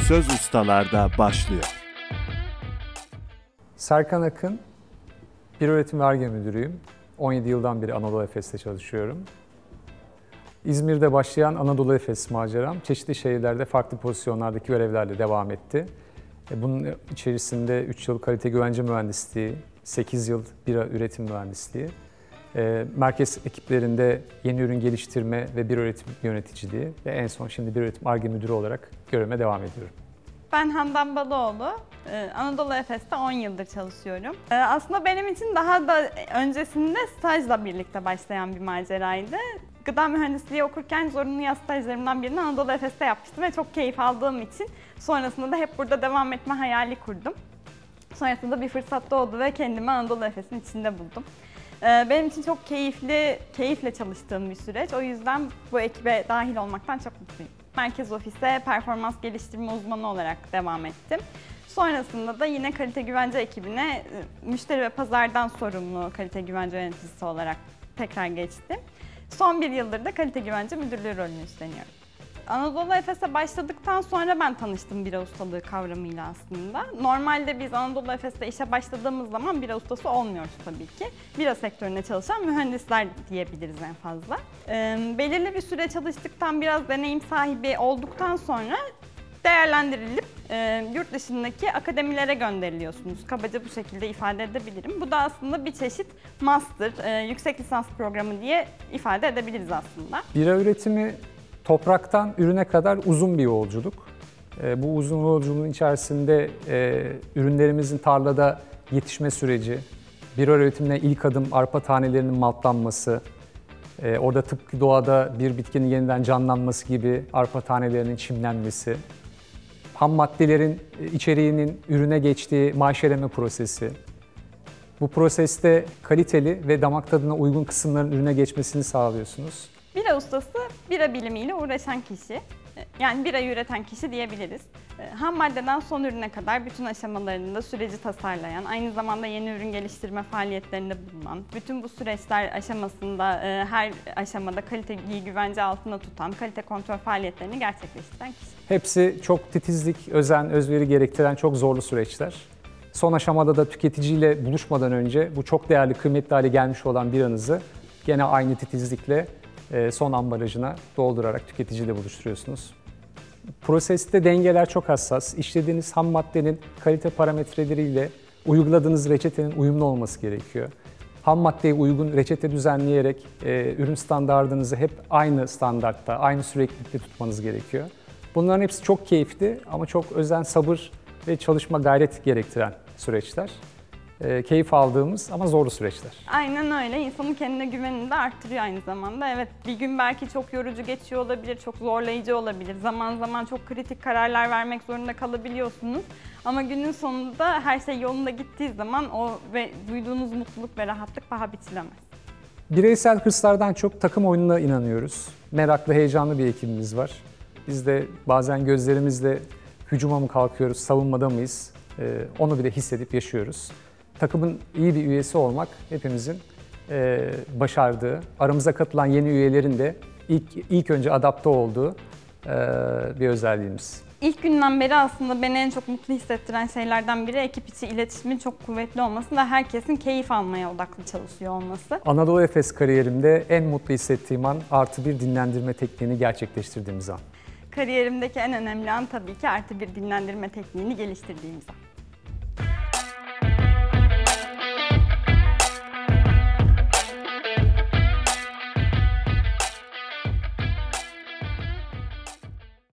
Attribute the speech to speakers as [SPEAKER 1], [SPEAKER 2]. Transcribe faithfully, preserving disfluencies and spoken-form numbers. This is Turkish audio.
[SPEAKER 1] Söz Ustalar'da başlıyor.
[SPEAKER 2] Serkan Akın, bir öğretim ve Ar-Ge müdürüyüm. on yedi yıldan beri Anadolu Efes'te çalışıyorum. İzmir'de başlayan Anadolu Efes maceram, çeşitli şehirlerde farklı pozisyonlardaki görevlerle devam etti. Bunun içerisinde üç yıl kalite güvence mühendisliği, sekiz yıl bira üretim mühendisliği, merkez ekiplerinde yeni ürün geliştirme ve bir öğretim yöneticiliği ve en son şimdi bir öğretim Ar-Ge müdürü olarak görevime devam ediyorum.
[SPEAKER 3] Ben Handan Balıoğlu, Anadolu Efes'te on yıldır çalışıyorum. Aslında benim için daha da öncesinde stajla birlikte başlayan bir maceraydı. Gıda mühendisliği okurken zorunlu yaz stajlarımdan birini Anadolu Efes'te yapmıştım ve çok keyif aldığım için sonrasında da hep burada devam etme hayali kurdum. Sonrasında bir fırsat doğdu ve kendimi Anadolu Efes'in içinde buldum. Benim için çok keyifli, keyifle çalıştığım bir süreç. O yüzden bu ekibe dahil olmaktan çok mutluyum. Merkez ofise performans geliştirme uzmanı olarak devam ettim. Sonrasında da yine kalite güvence ekibine müşteri ve pazardan sorumlu kalite güvence yöneticisi olarak tekrar geçtim. Son bir yıldır da kalite güvence müdürlüğü rolünü üstleniyorum. Anadolu Efes'e başladıktan sonra ben tanıştım bira ustalığı kavramıyla aslında. Normalde biz Anadolu Efes'te işe başladığımız zaman bira ustası olmuyoruz tabii ki. Bira sektöründe çalışan mühendisler diyebiliriz en fazla. Ee, belirli bir süre çalıştıktan, biraz deneyim sahibi olduktan sonra değerlendirilip e, yurt dışındaki akademilere gönderiliyorsunuz. Kabaca bu şekilde ifade edebilirim. Bu da aslında bir çeşit master, e, yüksek lisans programı diye ifade edebiliriz aslında.
[SPEAKER 2] Bira üretimi topraktan ürüne kadar uzun bir yolculuk. Bu uzun yolculuğun içerisinde e, ürünlerimizin tarlada yetişme süreci, bira üretimine ilk adım arpa tanelerinin maltlanması, e, orada tıpkı doğada bir bitkinin yeniden canlanması gibi arpa tanelerinin çimlenmesi, ham maddelerin içeriğinin ürüne geçtiği maşereme prosesi. Bu proseste kaliteli ve damak tadına uygun kısımların ürüne geçmesini sağlıyorsunuz.
[SPEAKER 3] Bira ustası, bira bilimiyle uğraşan kişi, yani birayı üreten kişi diyebiliriz. Ham maddeden son ürüne kadar bütün aşamalarında süreci tasarlayan, aynı zamanda yeni ürün geliştirme faaliyetlerinde bulunan, bütün bu süreçler aşamasında her aşamada kaliteyi güvence altında tutan, kalite kontrol faaliyetlerini gerçekleştiren kişi.
[SPEAKER 2] Hepsi çok titizlik, özen, özveri gerektiren çok zorlu süreçler. Son aşamada da tüketiciyle buluşmadan önce bu çok değerli, kıymetli hale gelmiş olan biranızı gene aynı titizlikle son ambalajına doldurarak tüketiciyle buluşturuyorsunuz. Proseste dengeler çok hassas. İşlediğiniz ham maddenin kalite parametreleriyle uyguladığınız reçetenin uyumlu olması gerekiyor. Ham maddeye uygun reçete düzenleyerek e, ürün standardınızı hep aynı standartta, aynı süreklilikte tutmanız gerekiyor. Bunların hepsi çok keyifli ama çok özen, sabır ve çalışma gayret gerektiren süreçler. E, keyif aldığımız ama zorlu süreçler.
[SPEAKER 3] Aynen öyle. İnsanın kendine güvenini de arttırıyor aynı zamanda. Evet, bir gün belki çok yorucu geçiyor olabilir, çok zorlayıcı olabilir. Zaman zaman çok kritik kararlar vermek zorunda kalabiliyorsunuz. Ama günün sonunda her şey yolunda gittiği zaman o ve duyduğunuz mutluluk ve rahatlık paha biçilemez.
[SPEAKER 2] Bireysel hırslardan çok takım oyununa inanıyoruz. Meraklı, heyecanlı bir ekibimiz var. Biz de bazen gözlerimizle hücuma mı kalkıyoruz, savunmada mıyız? E, onu bile hissedip yaşıyoruz. Takımın iyi bir üyesi olmak hepimizin e, başardığı, aramıza katılan yeni üyelerin de ilk, ilk önce adapte olduğu e, bir özelliğimiz.
[SPEAKER 3] İlk günden beri aslında beni en çok mutlu hissettiren şeylerden biri ekip içi iletişimin çok kuvvetli olması ve herkesin keyif almaya odaklı çalışıyor olması.
[SPEAKER 2] Anadolu Efes kariyerimde en mutlu hissettiğim an artı bir dinlendirme tekniğini gerçekleştirdiğimiz an.
[SPEAKER 3] Kariyerimdeki en önemli an tabii ki artı bir dinlendirme tekniğini geliştirdiğimiz an.